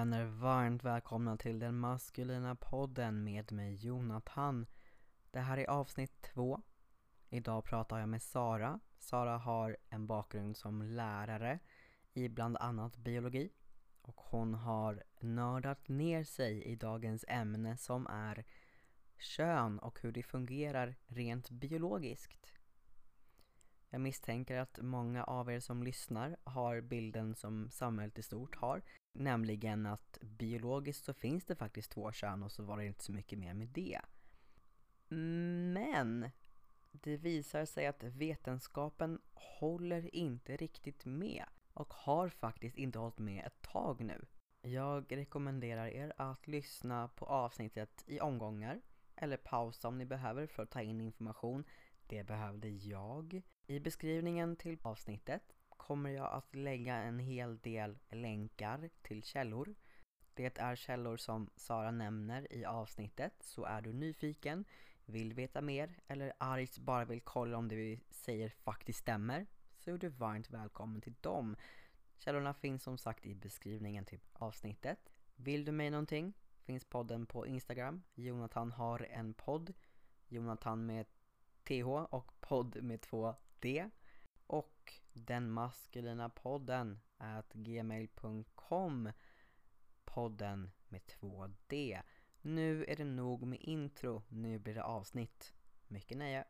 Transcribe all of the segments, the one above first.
vänner, varmt välkomna till den maskulina podden med mig Jonathan. Det här är avsnitt 2. Idag pratar jag med Sara. Sara har en bakgrund som lärare i bland annat biologi. Och hon har nördat ner sig i dagens ämne som är kön och hur det fungerar rent biologiskt. Jag misstänker att många av er som lyssnar har bilden som samhället i stort har. Nämligen att biologiskt så finns det faktiskt 2 kön och så var det inte så mycket mer med det. Men det visar sig att vetenskapen håller inte riktigt med och har faktiskt inte hållit med ett tag nu. Jag rekommenderar er att lyssna på avsnittet i omgångar eller pausa om ni behöver för att ta in information. Det behövde jag. I beskrivningen till avsnittet kommer jag att lägga en hel del länkar till källor. Det är källor som Sara nämner i avsnittet, så är du nyfiken, vill veta mer eller argt bara vill kolla om det vi säger faktiskt stämmer, så är du varmt välkommen till dem. Källorna finns som sagt i beskrivningen till avsnittet. Vill du mig någonting? Finns podden på Instagram. Jonathan har en podd. Jonathan med TH och podd med 2D. Och den maskulina podden @gmail.com. Podden med 2D. Nu är det nog med intro. Nu blir det avsnitt. Mycket nöje.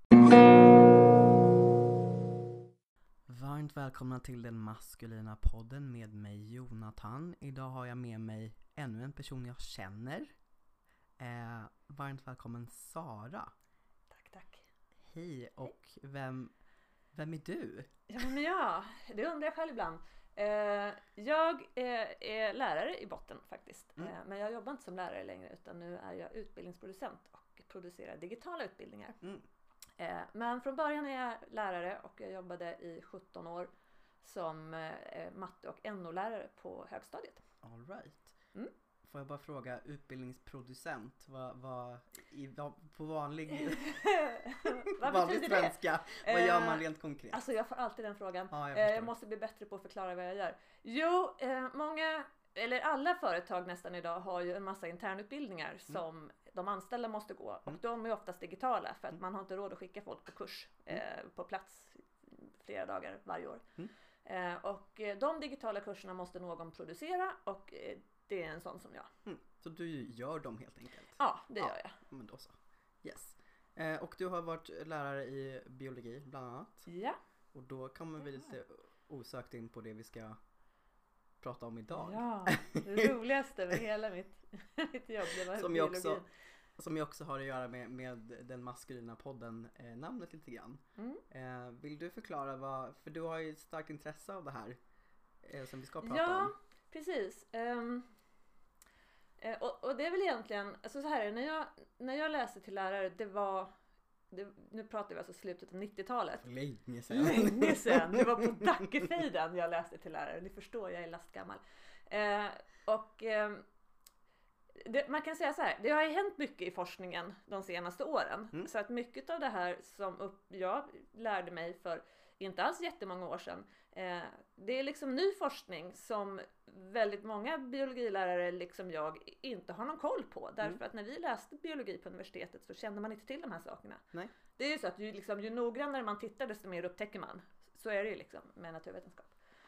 Varmt välkomna till den maskulina podden med mig Jonathan. Idag har jag med mig ännu en person jag känner. Varmt välkommen Sara. Tack. Hej, och vem är du? Ja, men det undrar jag själv ibland. Jag är lärare i botten faktiskt. Men jag jobbar inte som lärare längre utan nu är jag utbildningsproducent och producerar digitala utbildningar. Men från början är jag lärare och jag jobbade i 17 år som matte- och NO-lärare på högstadiet. All right. Får jag bara fråga, utbildningsproducent, på vanlig svenska, vad gör man rent konkret? Alltså jag får alltid den frågan. Jag måste bli bättre på att förklara vad jag gör. Jo, många, eller alla företag nästan idag har ju en massa internutbildningar som de anställda måste gå. Och de är oftast digitala för att man har inte råd att skicka folk på kurs på plats flera dagar varje år. Och de digitala kurserna måste någon producera och det är en sån som jag. Så du gör dem helt enkelt? Ja, det gör jag. Men då så. Yes. Och du har varit lärare i biologi bland annat. Ja. Och då kommer vi lite osökt in på det vi ska prata om idag. Ja, det roligaste med hela mitt jobb, det var biologi. Som jag också har att göra med den maskulina podden, namnet lite grann. Vill du förklara för du har ju ett starkt intresse av det här som vi ska prata om. Ja, precis. Och det är väl egentligen, alltså så här, när jag läste till lärare, nu pratar vi alltså slutet av 90-talet. Länge sedan. Det var på Dackefejden jag läste till lärare. Ni förstår, jag är lastgammal. Man kan säga så här, det har ju hänt mycket i forskningen de senaste åren. Så att mycket av det här som jag lärde mig för inte alls jättemånga år sedan, det är liksom ny forskning som väldigt många biologilärare liksom jag inte har någon koll på. Därför att när vi läste biologi på universitetet så kände man inte till de här sakerna. Nej. Det är ju så att ju noggrannare man tittar desto mer upptäcker man. Så är det ju liksom med naturvetenskap.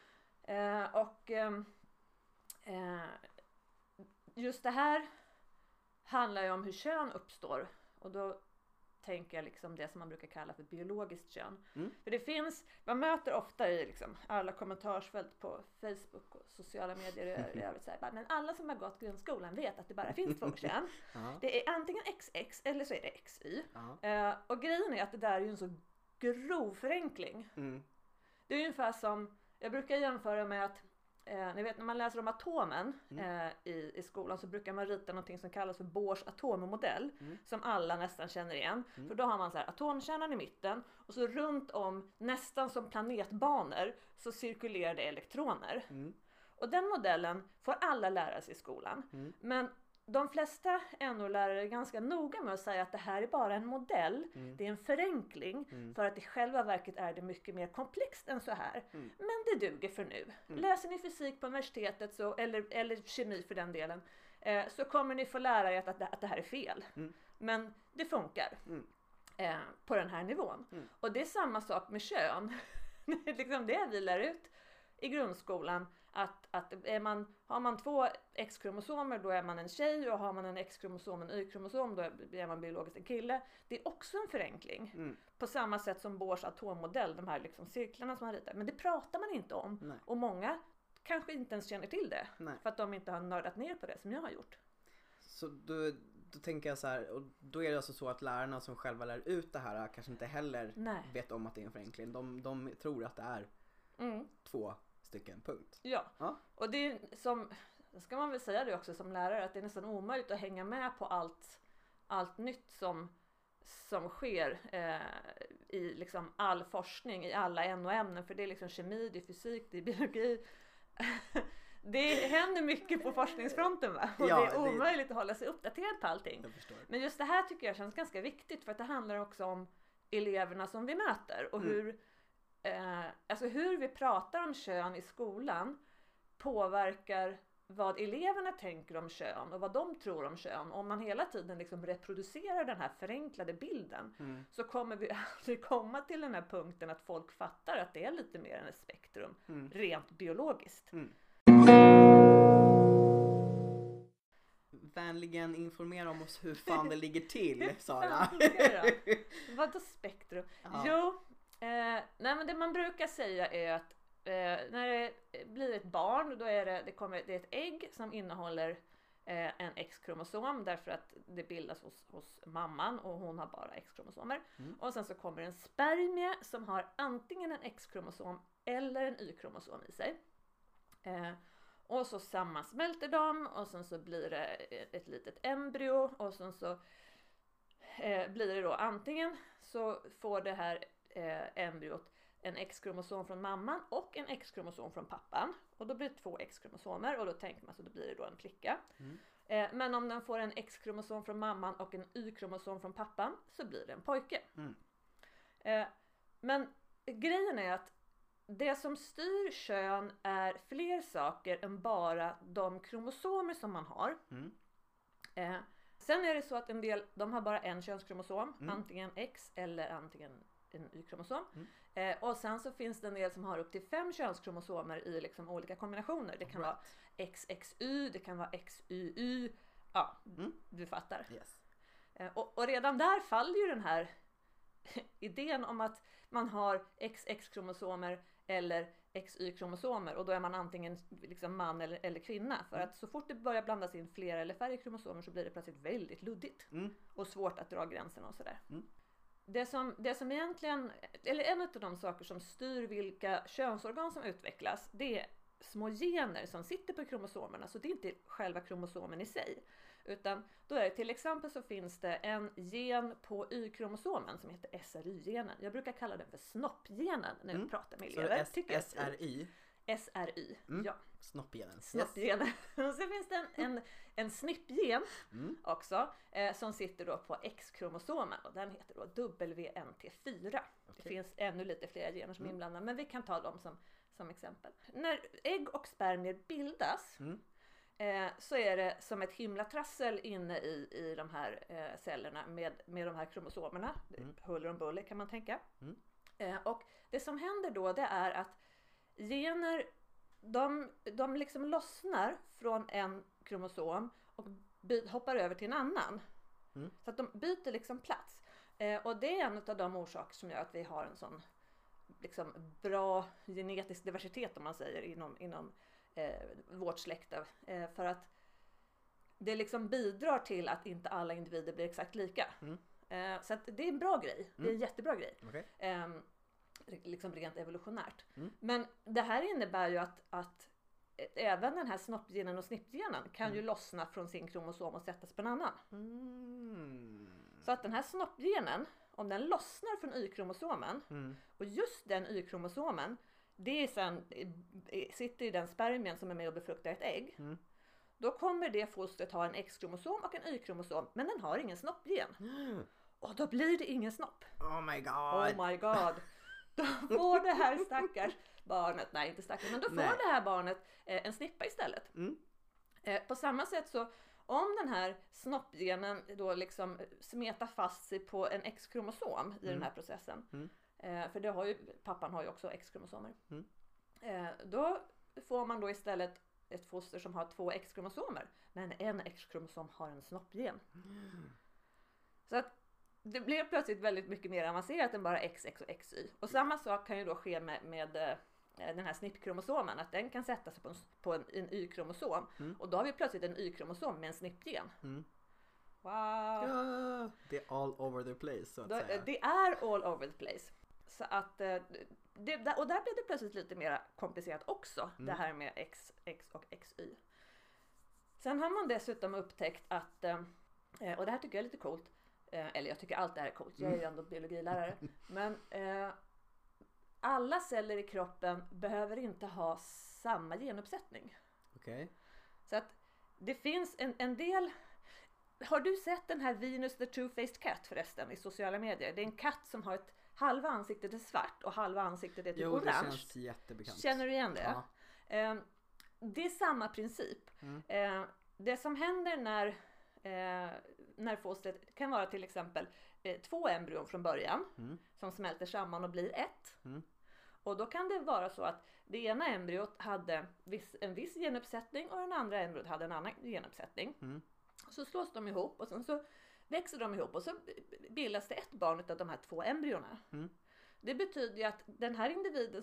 Just det här handlar ju om hur kön uppstår. Och då tänker jag liksom det som man brukar kalla för biologiskt kön. För det finns, man möter ofta i liksom alla kommentarsfält på Facebook och sociala medier i övrigt så här, men alla som har gått grundskolan vet att det bara finns 2 kön. Det är antingen XX eller så är det XY. Och grejen är att det där är ju en så grov förenkling. Det är ungefär som, jag brukar jämföra med att ni vet när man läser om atomen i skolan så brukar man rita någonting som kallas för Bohrs atommodell som alla nästan känner igen. För då har man så här atomkärnan i mitten och så runt om nästan som planetbanor så cirkulerar det elektroner. Och den modellen får alla lära sig i skolan. Men de flesta NO-lärare är ganska noga med att säga att det här är bara en modell. Det är en förenkling. För att i själva verket är det mycket mer komplext än så här. Men det duger för nu. Läser ni fysik på universitetet eller kemi för den delen, så kommer ni få lära er att det här är fel. Men det funkar på den här nivån. Och det är samma sak med kön. Liksom det vi lär ut i grundskolan, att har man 2 X-kromosomer, då är man en tjej, och har man en X-kromosom och en Y-kromosom, då är man biologiskt en kille. Det är också en förenkling. På samma sätt som Bohrs atommodell, de här liksom cirklarna som man ritar. Men det pratar man inte om. Nej. Och många kanske inte ens känner till det. Nej. För att de inte har nördat ner på det som jag har gjort. Så då tänker jag så här, och då är det alltså så att lärarna som själva lär ut det här kanske inte heller vet om att det är en förenkling. De tror att det är 2 stycken, punkt. Ja, och det är som, ska man väl säga det också som lärare, att det är nästan omöjligt att hänga med på allt nytt som sker i liksom all forskning, i alla NO-ämnen, för det är liksom kemi, det är fysik, det är biologi. Det händer mycket på forskningsfronten, va? Och det är omöjligt att hålla sig uppdaterad på allting. Men just det här tycker jag känns ganska viktigt, för att det handlar också om eleverna som vi möter och hur vi pratar om kön i skolan påverkar vad eleverna tänker om kön och vad de tror om kön. Om man hela tiden liksom reproducerar den här förenklade bilden, så kommer vi aldrig komma till den här punkten att folk fattar att det är lite mer än ett spektrum, rent biologiskt. Vänligen informera om oss hur fan det ligger till, Sara. Vadå spektrum? Jo, nej, men det man brukar säga är att när det blir ett barn, då är det är ett ägg som innehåller en X-kromosom, därför att det bildas hos mamman och hon har bara X-kromosomer. Och sen så kommer en spermie som har antingen en X-kromosom eller en Y-kromosom i sig. Och så sammansmälter de, och sen så blir det ett litet embryo, och sen så blir det då antingen så får det här embryot en X-kromosom från mamman och en X-kromosom från pappan, och då blir det 2 X-kromosomer, och då tänker man så då blir det då en flicka. Men om den får en X-kromosom från mamman och en Y-kromosom från pappan, så blir det en pojke. Men grejen är att det som styr kön är fler saker än bara de kromosomer som man har. Sen är det så att en del, de har bara en könskromosom, antingen X eller antingen en Y-kromosom. Och sen så finns det en del som har upp till 5 könskromosomer i liksom olika kombinationer. Det kan vara XXY, det kan vara XYY. Ja, du fattar. Yes. Och redan där faller ju den här idén om att man har XX-kromosomer eller XY-kromosomer, och då är man antingen liksom man eller kvinna. För att så fort det börjar blandas in fler eller färre kromosomer, så blir det plötsligt väldigt luddigt och svårt att dra gränserna och sådär. Det som egentligen, eller en av de saker som styr vilka könsorgan som utvecklas, det är små gener som sitter på kromosomerna. Så det är inte själva kromosomen i sig, utan då är det till exempel så finns det en gen på Y-kromosomen som heter SRY-genen. Jag brukar kalla den för snoppgenen när jag pratar med elever. SRY? SRY, ja. Snoppgenen. Snoppgenen. Och så finns det en snippgen också som sitter då på X-kromosomen, och den heter då WNT4. Okay. Det finns ännu lite fler gener som är inblandade, men vi kan ta dem som exempel. När ägg och spermier bildas så är det som ett himla trassel inne i de här cellerna med de här kromosomerna. Huller om buller kan man tänka. Och det som händer då, det är att gener, de liksom lossnar från en kromosom och hoppar över till en annan. Så att de byter liksom plats. Och det är en av de orsaker som gör att vi har en sån liksom bra genetisk diversitet, om man säger, inom vårt släkte. För att det liksom bidrar till att inte alla individer blir exakt lika. Så att det är en bra grej. Det är en jättebra grej. Okay. Liksom rent evolutionärt. Men det här innebär ju att även den här snoppgenen och snippgenen kan ju lossna från sin kromosom och sättas på en annan. Så att den här snoppgenen, om den lossnar från Y-kromosomen, och just den Y-kromosomen, det är sen, sitter i den spermien som är med och befruktar ett ägg. då kommer det fostret ha en X-kromosom och en Y-kromosom, men den har ingen snoppgen. Och då blir det ingen snopp. Oh my god. Oh my god. Då får det här stackars barnet, nej inte stackars, men då får det här barnet en snippa istället. På samma sätt så, om den här snoppgenen då liksom smetar fast sig på en X-kromosom i den här processen, för det har ju, pappan har ju också X-kromosomer, då får man då istället ett foster som har 2 X-kromosomer, men en X-kromosom har en snoppgen. Så att det blir plötsligt väldigt mycket mer avancerat än bara XX och XY. Och samma sak kan ju då ske med den här snippkromosomen, att den kan sätta sig på en Y-kromosom. Och då har vi plötsligt en Y-kromosom med en snippgen. Wow! Ja, det är all over the place, så att säga. Det är all over the place. Så att, och där blev det plötsligt lite mer komplicerat också, det här med XX och XY. Sen har man dessutom upptäckt att, och det här tycker jag är lite coolt, eller jag tycker allt det här är coolt, jag är ju ändå biologilärare, men alla celler i kroppen behöver inte ha samma genuppsättning. Okej. Så att det finns en del. Har du sett den här Venus the Two-Faced Cat förresten i sociala medier? Det är en katt som har halva ansiktet är svart och halva ansiktet är typ orange. Jo, det känns jättebekant. Känner du igen det? Ja. Det är samma princip. Det som händer när fostret kan vara till exempel 2 embryon från början som smälter samman och blir 1. Och då kan det vara så att det ena embryot hade en viss genuppsättning och den andra embryot hade en annan genuppsättning. Så slås de ihop och sen så växer de ihop och så bildas det ett barn av de här 2 embryona. Det betyder ju att den här individen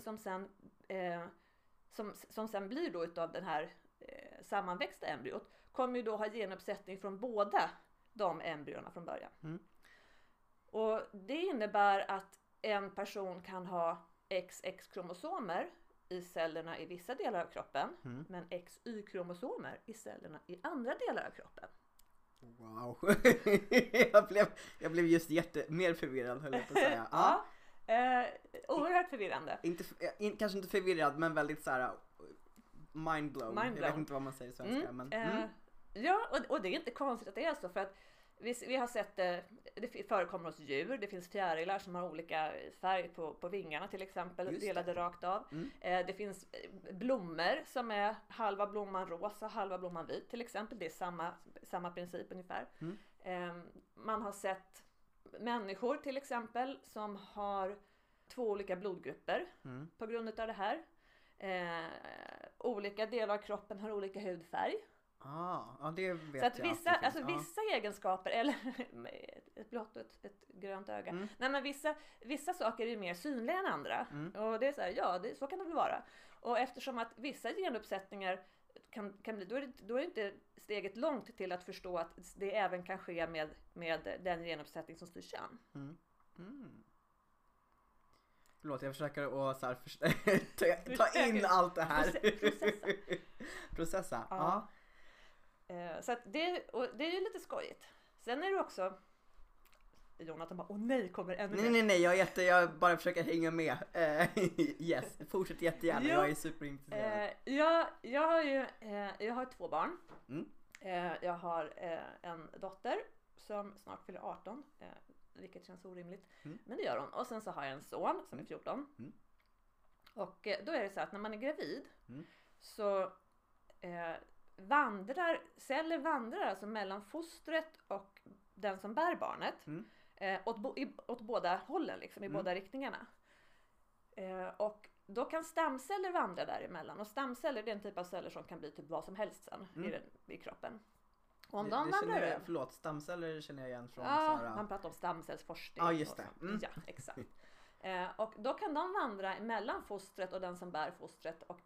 som sen blir då utav den här sammanväxta embryot kommer ju då ha genuppsättning från båda de embryona från början. Och det innebär att en person kan ha XX-kromosomer i cellerna i vissa delar av kroppen, men XY-kromosomer i cellerna i andra delar av kroppen. Wow. jag blev just mer förvirrad, höll jag på att säga. Ja, oerhört förvirrande. Kanske inte förvirrad, men väldigt så här mindblown. Jag vet inte vad man säger i svenska. Men, ja, och det är inte konstigt att det är så, för att vi har sett det förekommer hos djur. Det finns fjärilar som har olika färg på vingarna till exempel, delade rakt av. Det finns blommor som är halva blomman rosa, halva blomman vit till exempel. Det är samma princip ungefär. Man har sett människor till exempel som har 2 olika blodgrupper på grund av det här. Olika delar av kroppen har olika hudfärg. Ja, det vet så att jag. Vissa egenskaper, eller ett blått och ett grönt öga. Nej, men vissa saker är ju mer synliga än andra. Och det är så här, så kan det väl vara. Och eftersom att vissa genuppsättningar kan bli, då är det inte steget långt till att förstå att det även kan ske med den genuppsättning som styr kön. Förlåt, jag försöker att så här, ta in allt det här. Processa. Ja. Så att det är ju lite skojigt. Sen är det också Jonathan bara, nej, kommer ännu mer. Nej, jag bara försöker hänga med. Yes, fortsätt jättegärna, jag är superintresserad. Jag har 2 barn. Jag har en dotter som snart fyller 18, vilket känns orimligt. Men det gör hon. Och sen så har jag en son som är 14. Och då är det så att när man är gravid så celler vandrar alltså mellan fostret och den som bär barnet åt båda hållen liksom, i båda riktningarna. Och då kan stamceller vandra däremellan, och stamceller, det är en typ av celler som kan bli typ vad som helst sen i kroppen. Och om de vandrar förlåt, stamceller känner jag igen från man pratar om stamcellsforskning. Ja, just det. Ja, exakt. Och då kan de vandra mellan fostret och den som bär fostret, och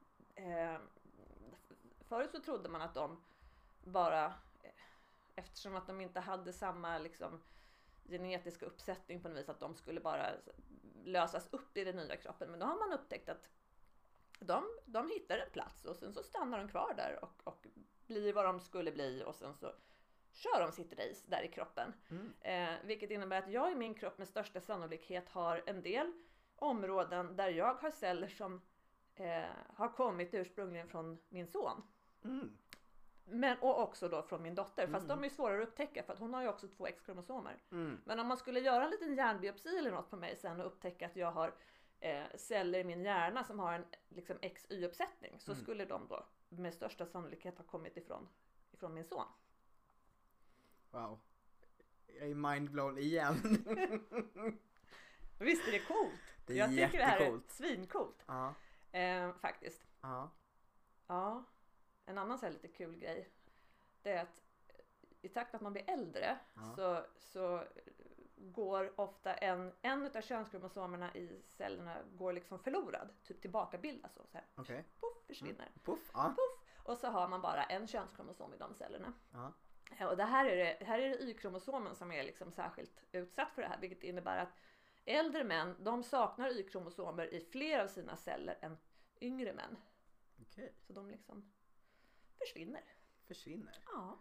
förut så trodde man att de bara, eftersom att de inte hade samma liksom genetiska uppsättning på något vis, att de skulle bara lösas upp i den nya kroppen. Men då har man upptäckt att de hittar en plats och sen så stannar de kvar där och blir vad de skulle bli, och sen så kör de sitt race där i kroppen. Vilket innebär att jag i min kropp med största sannolikhet har en del områden där jag har celler som har kommit ursprungligen från min son. och också då från min dotter. Fast de är svårare att upptäcka för att hon har ju också 2 X-kromosomer. Mm. Men om man skulle göra en liten hjärnbiopsi eller något på mig sen och upptäcka att jag har celler i min hjärna som har en liksom XY-uppsättning, så skulle de då med största sannolikhet ha kommit ifrån min son. Wow. Jag är mindblown igen. Visst är det coolt? Det är jag tycker det här är jättecoolt. svincoolt. Ja. Faktiskt. Ja. Ja. En annan så här lite kul grej, det är att i takt med att man blir äldre så går ofta en av könskromosomerna i cellerna går liksom förlorad, typ tillbakabildas så här. Okej. Puff, försvinner. Puff. Ja. Puff, och så har man bara en könskromosom i de cellerna. Ja. Och här är det Y-kromosomen som är liksom särskilt utsatt för det här, vilket innebär att äldre män, de saknar Y-kromosomer i fler av sina celler än yngre män. Okej. Så de liksom försvinner. Ja.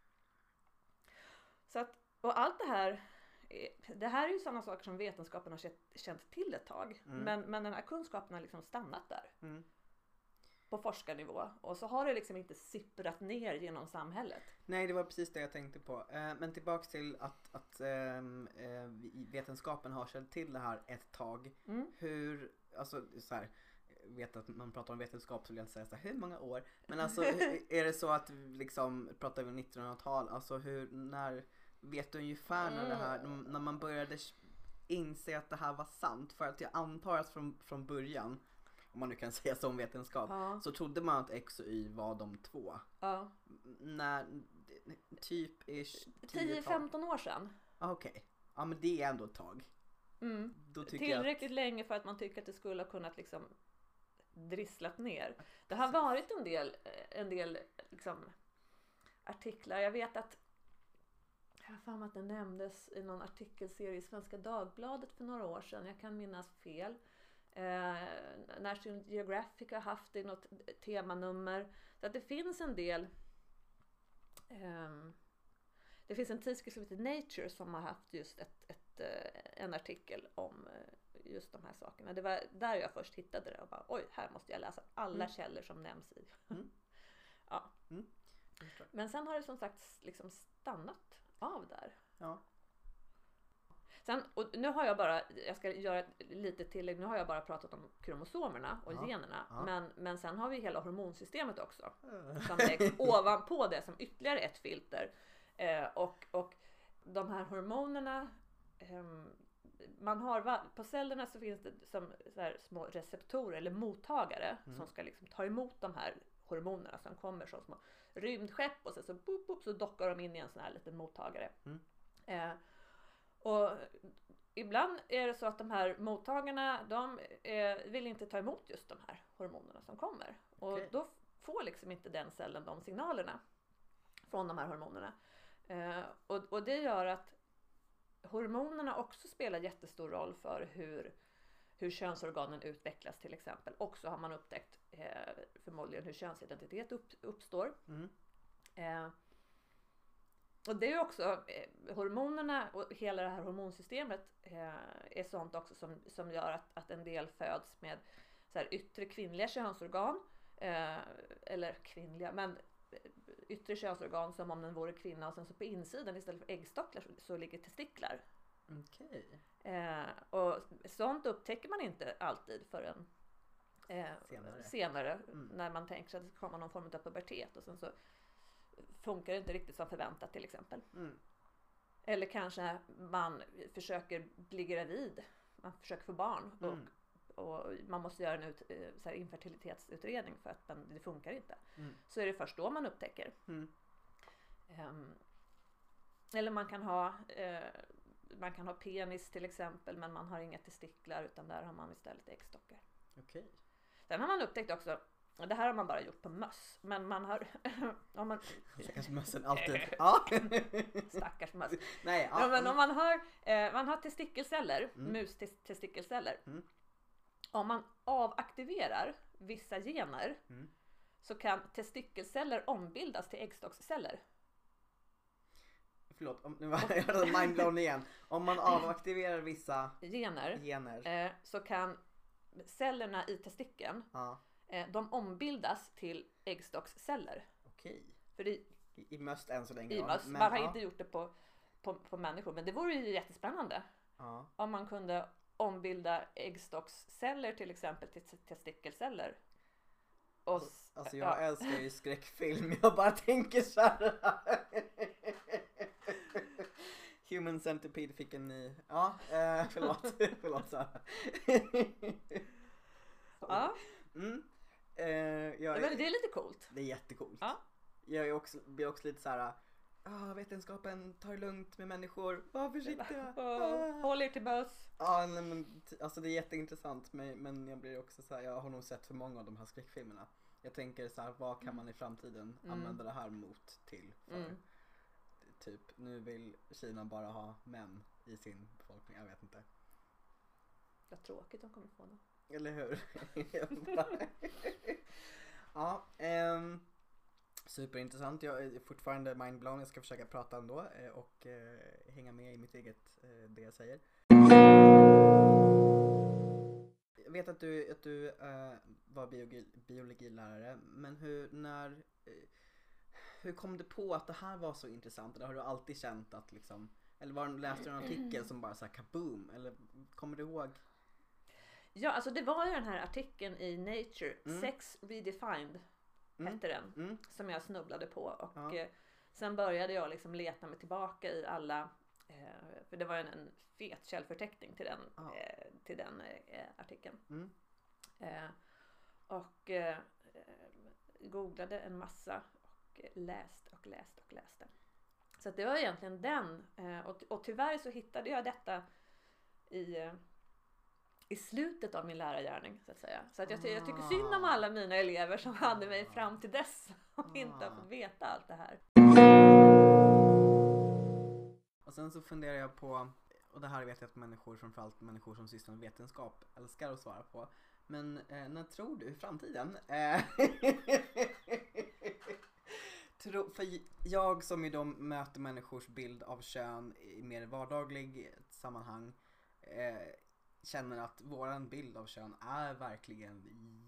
Så att, och allt det här är ju sådana saker som vetenskapen har känt till ett tag. Men den här kunskapen har liksom stannat där. På forskarnivå. Och så har det liksom inte sipprat ner genom samhället. Nej, det var precis det jag tänkte på. Men tillbaks till att vetenskapen har känt till det här ett tag. Hur, alltså så här, vet att man pratar om vetenskap så vill jag inte säga så här, hur många år? Men alltså är det så att liksom, pratar vi 1900-tal, alltså när vet du ungefär när det här, när man började inse att det här var sant? För att jag antar att från början, om man nu kan säga som vetenskap, så trodde man att X och Y var de 2. Ja. När typ 10-15 år sedan. Okej. Ja, men det är ändå ett tag. Då tycker tillräckligt länge för att man tycker att det skulle ha kunnat liksom drisslat ner. Det har varit en del liksom artiklar. Jag vet att jag har för mig att det nämndes i någon artikelserie i Svenska Dagbladet för några år sedan. Jag kan minnas fel. National Geographic har haft det i något temanummer. Så att det finns en del det finns en tidskrift som heter Nature som har haft just en artikel om just de här sakerna. Det var där jag först hittade det och bara, oj, här måste jag läsa alla källor som nämns i. Ja. Men sen har det som sagt liksom stannat av där. Ja. Sen, och nu har jag ska göra ett litet tillägg, nu har jag bara pratat om kromosomerna och generna, men sen har vi hela hormonsystemet också som läggs ovanpå det som ytterligare ett filter. Och de här hormonerna, man har på cellerna så finns det som så här små receptorer eller mottagare som ska liksom ta emot de här hormonerna som kommer som små rymdskepp, och sen så dockar de in i en sån här liten mottagare. Och ibland är det så att de här mottagarna, de vill inte ta emot just de här hormonerna som kommer. Och då får liksom inte den cellen de signalerna från de här hormonerna. Och det gör att hormonerna också spelar jättestor roll för hur könsorganen utvecklas till exempel. Och så har man upptäckt förmodligen hur könsidentitet uppstår. Och det är ju också hormonerna och hela det här hormonsystemet är sånt också som gör att en del föds med så här yttre kvinnliga könsorgan eller kvinnliga, men yttre könsorgan som om den vore kvinna, och sen så på insidan istället för äggstockar så ligger testiklar. Och sånt upptäcker man inte alltid förrän senare när man tänker sig att det ska komma någon form av pubertet, och sen så funkar det inte riktigt som förväntat till exempel. Eller kanske man försöker bli gravid, man försöker få barn och man måste göra en så här infertilitetsutredning för att det funkar inte. Så är det först då man upptäcker. Eller man kan ha penis till exempel, men man har inga testiklar, utan där har man istället äggstockar. Sen har man upptäckt också, och det här har man bara gjort på möss, men man har Stackars mössen alltid. Stackars möss. Nej, men om man har testikelceller, mustestikelceller. Om man avaktiverar vissa gener så kan testikelceller ombildas till äggstocksceller. Förlåt, nu var jag mindblown igen. Om man avaktiverar vissa gener så kan cellerna i testikeln de ombildas till äggstocksceller. Okej. För det, I möss än så länge. i möss. Men, man har inte gjort det på människor. Men det vore ju jättespännande. Ja. Om man kunde ombilda äggstocksceller till exempel till testikelceller. Och, Alltså jag älskar ju skräckfilm. Jag bara tänker så här. Human Centipede fick en ny. Ja, förlåt så här. Ja. Det är lite coolt. Det är jättecoolt. Ja. Jag blir också lite så här. Vetenskapen tar det lugnt med människor. Var försiktiga. Håll er till buss. Ja, men alltså det är jätteintressant. Men jag blir också så här. Jag har nog sett för många av de här skräckfilmerna. Jag tänker så här, vad kan man i framtiden använda det här mot till? För typ, nu vill Kina bara ha män i sin befolkning. Jag vet inte. Vad tråkigt de kommer få det. Eller hur? Ja, superintressant. Jag är fortfarande mindblown. Jag ska försöka prata ändå och hänga med i mitt eget det jag säger. Jag vet att du var biologilärare, men hur kom du på att det här var så intressant? Eller har du alltid känt att liksom, eller läste du en artikel som bara så här kaboom, eller kommer du ihåg? Ja, alltså det var ju den här artikeln i Nature, Sex Redefined hette den, som jag snubblade på och sen började jag liksom leta mig tillbaka i alla, för det var en fet källförteckning till den artikeln. Och googlade en massa och läste. Så att det var egentligen den, och tyvärr så hittade jag detta i slutet av min lärargärning så att säga. Så att jag tycker synd om alla mina elever som hade mig fram till dess och inte har fått veta allt det här. Och sen så funderar jag på, och det här vet jag att människor, framförallt människor som sysslar med vetenskap, älskar att svara på. Men när tror du i framtiden? För jag som ju då möter människors bild av kön i mer vardaglig sammanhang känner att våran bild av kön är verkligen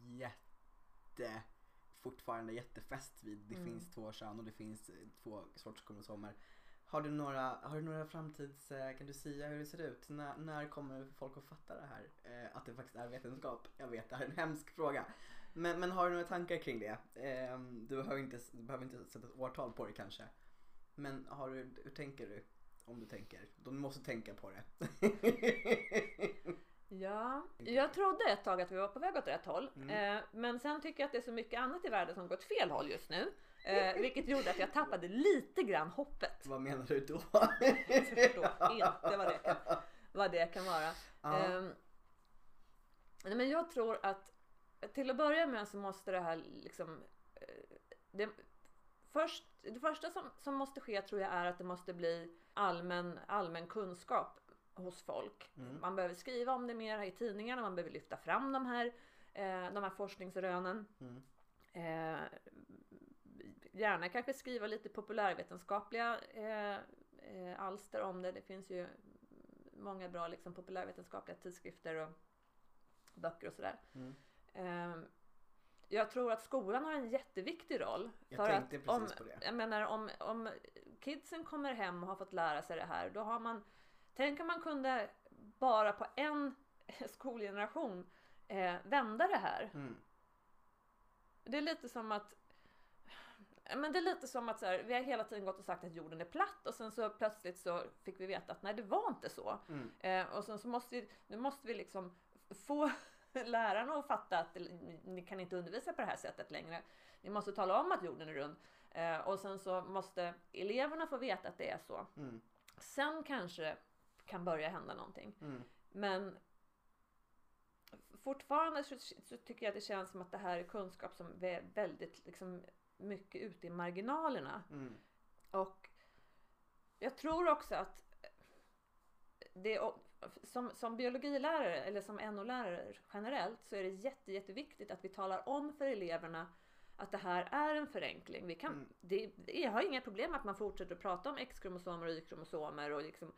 fortfarande jättefäst vid. Det finns 2 kön och det finns 2 sorts kromosomer. Har du några kan du säga hur det ser ut? När kommer folk att fatta det här? Att det faktiskt är vetenskap? Jag vet, det här är en hemsk fråga. Men har du några tankar kring det? Du behöver inte sätta ett årtal på det kanske. Men hur tänker du? Om du tänker. De måste tänka på det. Ja, jag trodde ett tag att vi var på väg åt rätt håll. Men sen tycker jag att det är så mycket annat i världen som går åt fel håll just nu. Vilket gjorde att jag tappade lite grann hoppet. Vad menar du då? Jag förstår inte vad det kan vara. Men jag tror att till att börja med så måste det här liksom det första som måste ske tror jag är att det måste bli allmän kunskap hos folk. Man behöver skriva om det mer i tidningarna, man behöver lyfta fram de här forskningsrönen. Gärna kanske skriva lite populärvetenskapliga alster om det. Det finns ju många bra liksom, populärvetenskapliga tidskrifter och böcker och sådär. Jag tror att skolan har en jätteviktig roll. Jag tänkte precis på det. Jag menar, om kidsen kommer hem och har fått lära sig det här, då har man, tänk om man kunde bara på en skolgeneration vända det här. Det är lite som att så här, vi har hela tiden gått och sagt att jorden är platt och sen så plötsligt så fick vi veta att nej, det var inte så. Och sen så måste vi liksom få lärarna att fatta att ni kan inte undervisa på det här sättet längre. Ni måste tala om att jorden är rund. Och sen så måste eleverna få veta att det är så. Sen kanske kan börja hända någonting. Men fortfarande så tycker jag att det känns som att det här är kunskap som är väldigt liksom, mycket ute i marginalerna. Och jag tror också att det som biologilärare eller som NO-lärare generellt så är det jätteviktigt att vi talar om för eleverna att det här är en förenkling. Jag har inga problem med att man fortsätter att prata om X-kromosomer och Y-kromosomer och liksom,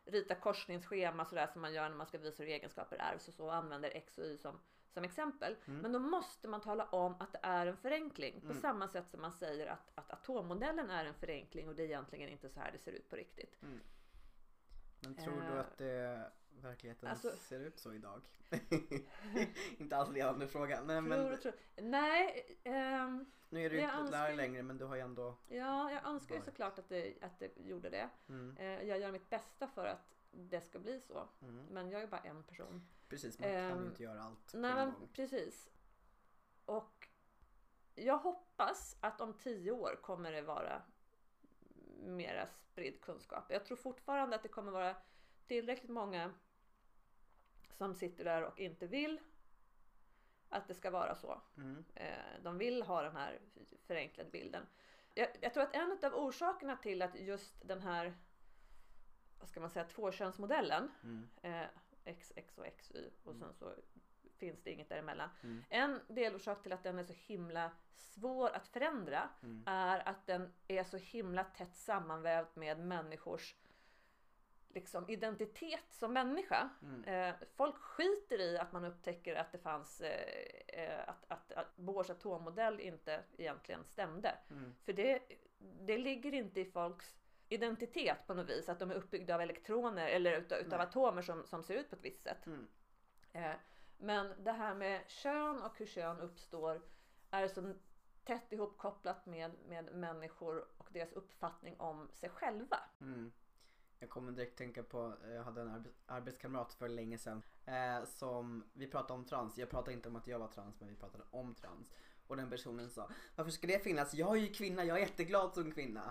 rita korsningsschema sådär som man gör när man ska visa hur egenskaper ärvs och så, och använder X och Y som exempel. Men då måste man tala om att det är en förenkling. På samma sätt som man säger att atommodellen är en förenkling och det är egentligen inte så här det ser ut på riktigt. Men tror du att verkligheten ser ut så idag? Inte alls levande fråga. Nej, Nej. Nu är du inte lärare längre, men du har ju ändå... Ja, jag önskar ju såklart att det gjorde det. Jag gör mitt bästa för att det ska bli så. Men jag är bara en person. Precis, man kan ju inte göra allt på nej, en gång. Precis. Och jag hoppas att om 10 år kommer det vara mera spridd kunskap. Jag tror fortfarande att det kommer vara tillräckligt många som sitter där och inte vill att det ska vara så. De vill ha den här förenklade bilden. Jag tror att en av orsakerna till att just den här, vad ska man säga, tvåkönsmodellen, X och XY och sen så finns det inget däremellan. En delorsak till att den är så himla svår att förändra är att den är så himla tätt sammanvävd med människors liksom identitet som människa. Folk skiter i att man upptäcker att det fanns att Bohrs atommodell inte egentligen stämde. För det ligger inte i folks identitet på något vis, att de är uppbyggda av elektroner eller utav atomer som ser ut på ett visst sätt. Men det här med kön och hur kön uppstår är så tätt ihopkopplat med människor och deras uppfattning om sig själva. Jag kommer direkt tänka på, jag hade en arbetskamrat för länge sedan som, vi pratade om trans. Jag pratade inte om att jag var trans, men vi pratade om trans. Och den personen sa, varför ska det finnas? Jag är ju kvinna, jag är jätteglad som kvinna.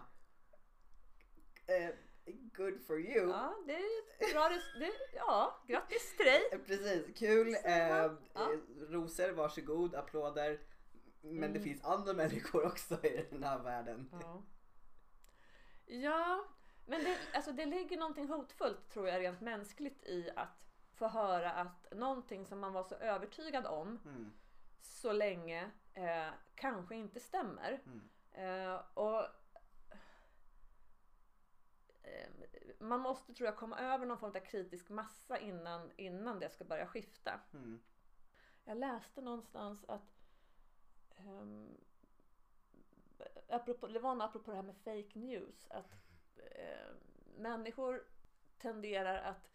Good for you. Ja, det är bra. Ja, grattis till dig. Precis, kul. Rosor, varsågod, applåder. Men det finns andra människor också i den här världen. Ja, men det ligger någonting hotfullt, tror jag, rent mänskligt i att få höra att någonting som man var så övertygad om så länge kanske inte stämmer. Och man måste, tror jag, komma över någon form av kritisk massa innan det ska börja skifta. Jag läste någonstans att apropå det här med fake news, att människor tenderar att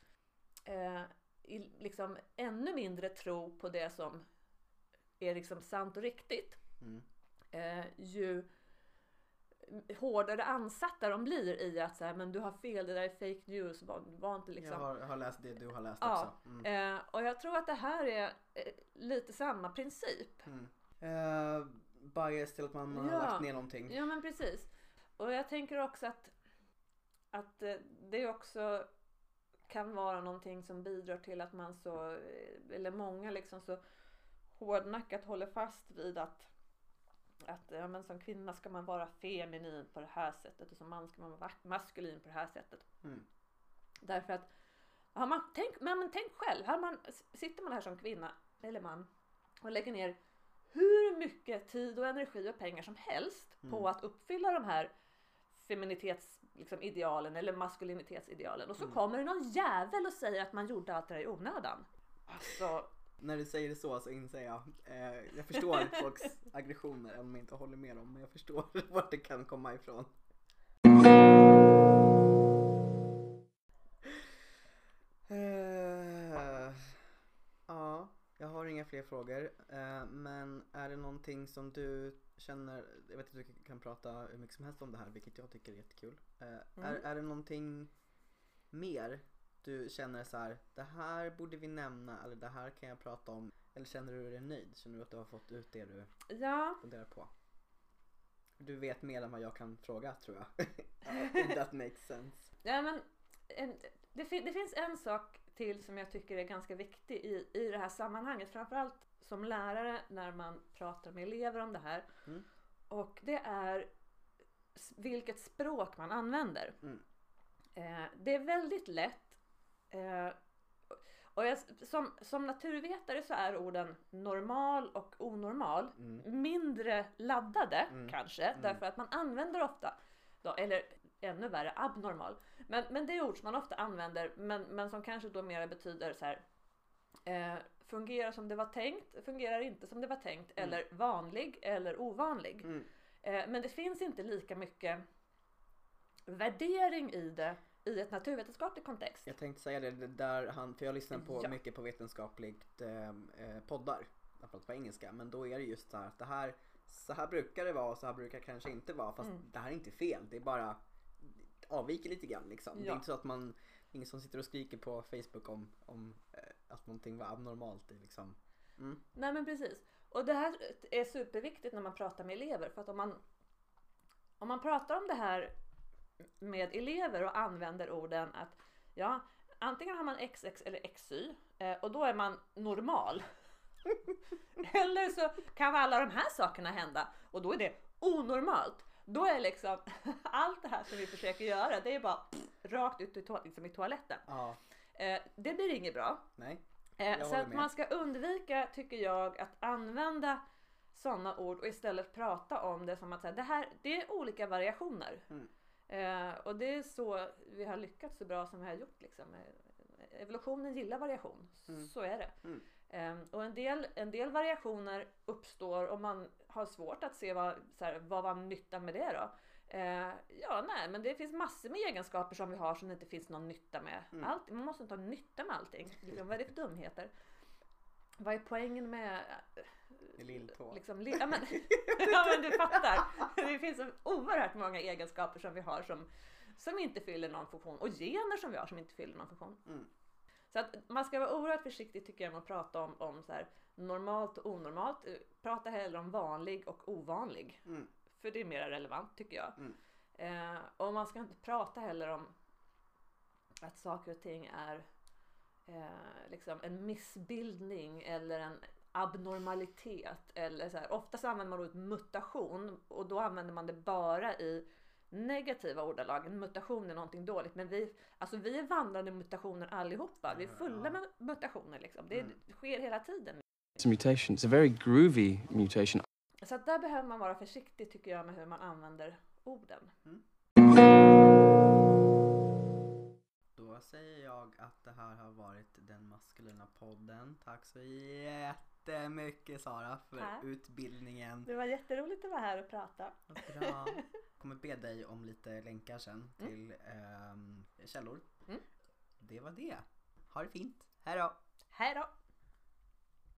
liksom ännu mindre tro på det som är liksom sant och riktigt. Ju hårdare ansatta de blir i att så här, men du har fel, det där är fake news, var inte liksom... Jag har läst det du har läst också. Och jag tror att det här är lite samma princip. Bias till att man har lagt ner någonting. Ja, men precis. Och jag tänker också att det också kan vara någonting som bidrar till att man så, eller många liksom så hårdnackat håller fast vid att ja, men som kvinna ska man vara feminin på det här sättet och som man ska man vara maskulin på det här sättet. Därför att tänk själv, sitter man här som kvinna eller man och lägger ner hur mycket tid och energi och pengar som helst på att uppfylla de här feminitetsidealen eller maskulinitetsidealen, och så kommer det någon jävel och säger att man gjorde allt det där i onödan. Alltså, när du säger det så inser jag förstår folks aggressioner, även om jag inte håller med dem, men jag förstår vart det kan komma ifrån. Ja, jag har inga fler frågor, men är det någonting som du känner, jag vet att du kan prata hur mycket som helst om det här, vilket jag tycker är jättekul. Är det någonting mer du känner så här, det här borde vi nämna, eller det här kan jag prata om, eller känner du dig nöjd? Känner du att du har fått ut det du funderar på? Du vet mer än vad jag kan fråga, tror jag. If that makes sense. Ja, men det finns en sak till som jag tycker är ganska viktig i det här sammanhanget, framförallt som lärare när man pratar med elever om det här. Och det är vilket språk man använder. Det är väldigt lätt. Och som naturvetare så är orden normal och onormal mindre laddade kanske, därför att man använder ofta eller ännu värre, abnormal. Men det är ord som man ofta använder, men som kanske då mer betyder så här, fungerar som det var tänkt, fungerar inte som det var tänkt, eller vanlig eller ovanlig. Men det finns inte lika mycket värdering i det i ett naturvetenskapligt kontext. Jag tänkte säga det där för jag lyssnar på mycket på vetenskapligt poddar, framförallt på engelska, men då är det just så här att det här, så här brukar det vara och så här brukar det kanske inte vara, fast det här är inte fel, det är bara avviker lite grann liksom. Det är inte så att ingen som sitter och skriker på Facebook om att någonting var abnormalt liksom. Nej, men precis. Och det här är superviktigt när man pratar med elever, för att om man pratar om det här med elever och använder orden att antingen har man XX eller XY och då är man normal. Eller så kan alla de här sakerna hända och då är det onormalt. Då är liksom allt det här som vi försöker göra, det är bara rakt ut i toaletten. Ja. Det blir inget bra. Nej. Så att man ska undvika, tycker jag, att använda sådana ord och istället prata om det som att säga, det är olika variationer. Och det är så vi har lyckats så bra som vi har gjort liksom. Evolutionen gillar variation, så är det. Och en del variationer uppstår om man har svårt att se vad var nyttan med det då. Men det finns massor med egenskaper som vi har som det inte finns någon nytta med. Man måste inte ha nytta med allting. Liksom, vad är det för dumheter? Vad är poängen med lilltå? Liksom, men du fattar. Det finns så oerhört många egenskaper som vi har som inte fyller någon funktion. Och gener som vi har som inte fyller någon funktion. Så att man ska vara oerhört försiktig, tycker jag, med att prata om så här, normalt och onormalt. Prata hellre om vanlig och ovanlig. För det är mer relevant, tycker jag. Och man ska inte prata heller om att saker och ting är liksom en missbildning eller en abnormalitet. Eller så här. Oftast använder man ordet mutation och då använder man det bara i negativa ordalag. En mutation är någonting dåligt, men vi är vandrande mutationer allihopa. Vi är fulla med mutationer liksom. Det sker hela tiden. It's a mutation. It's a very groovy mutation. Så att där behöver man vara försiktig, tycker jag, med hur man använder orden. Då säger jag att det här har varit den maskulina podden. Tack så jättemycket, Sara, för utbildningen. Det var jätteroligt att vara här och prata. Bra. Jag kommer be dig om lite länkar sen till källor. Det var det. Ha det fint. Hej då! Hej då!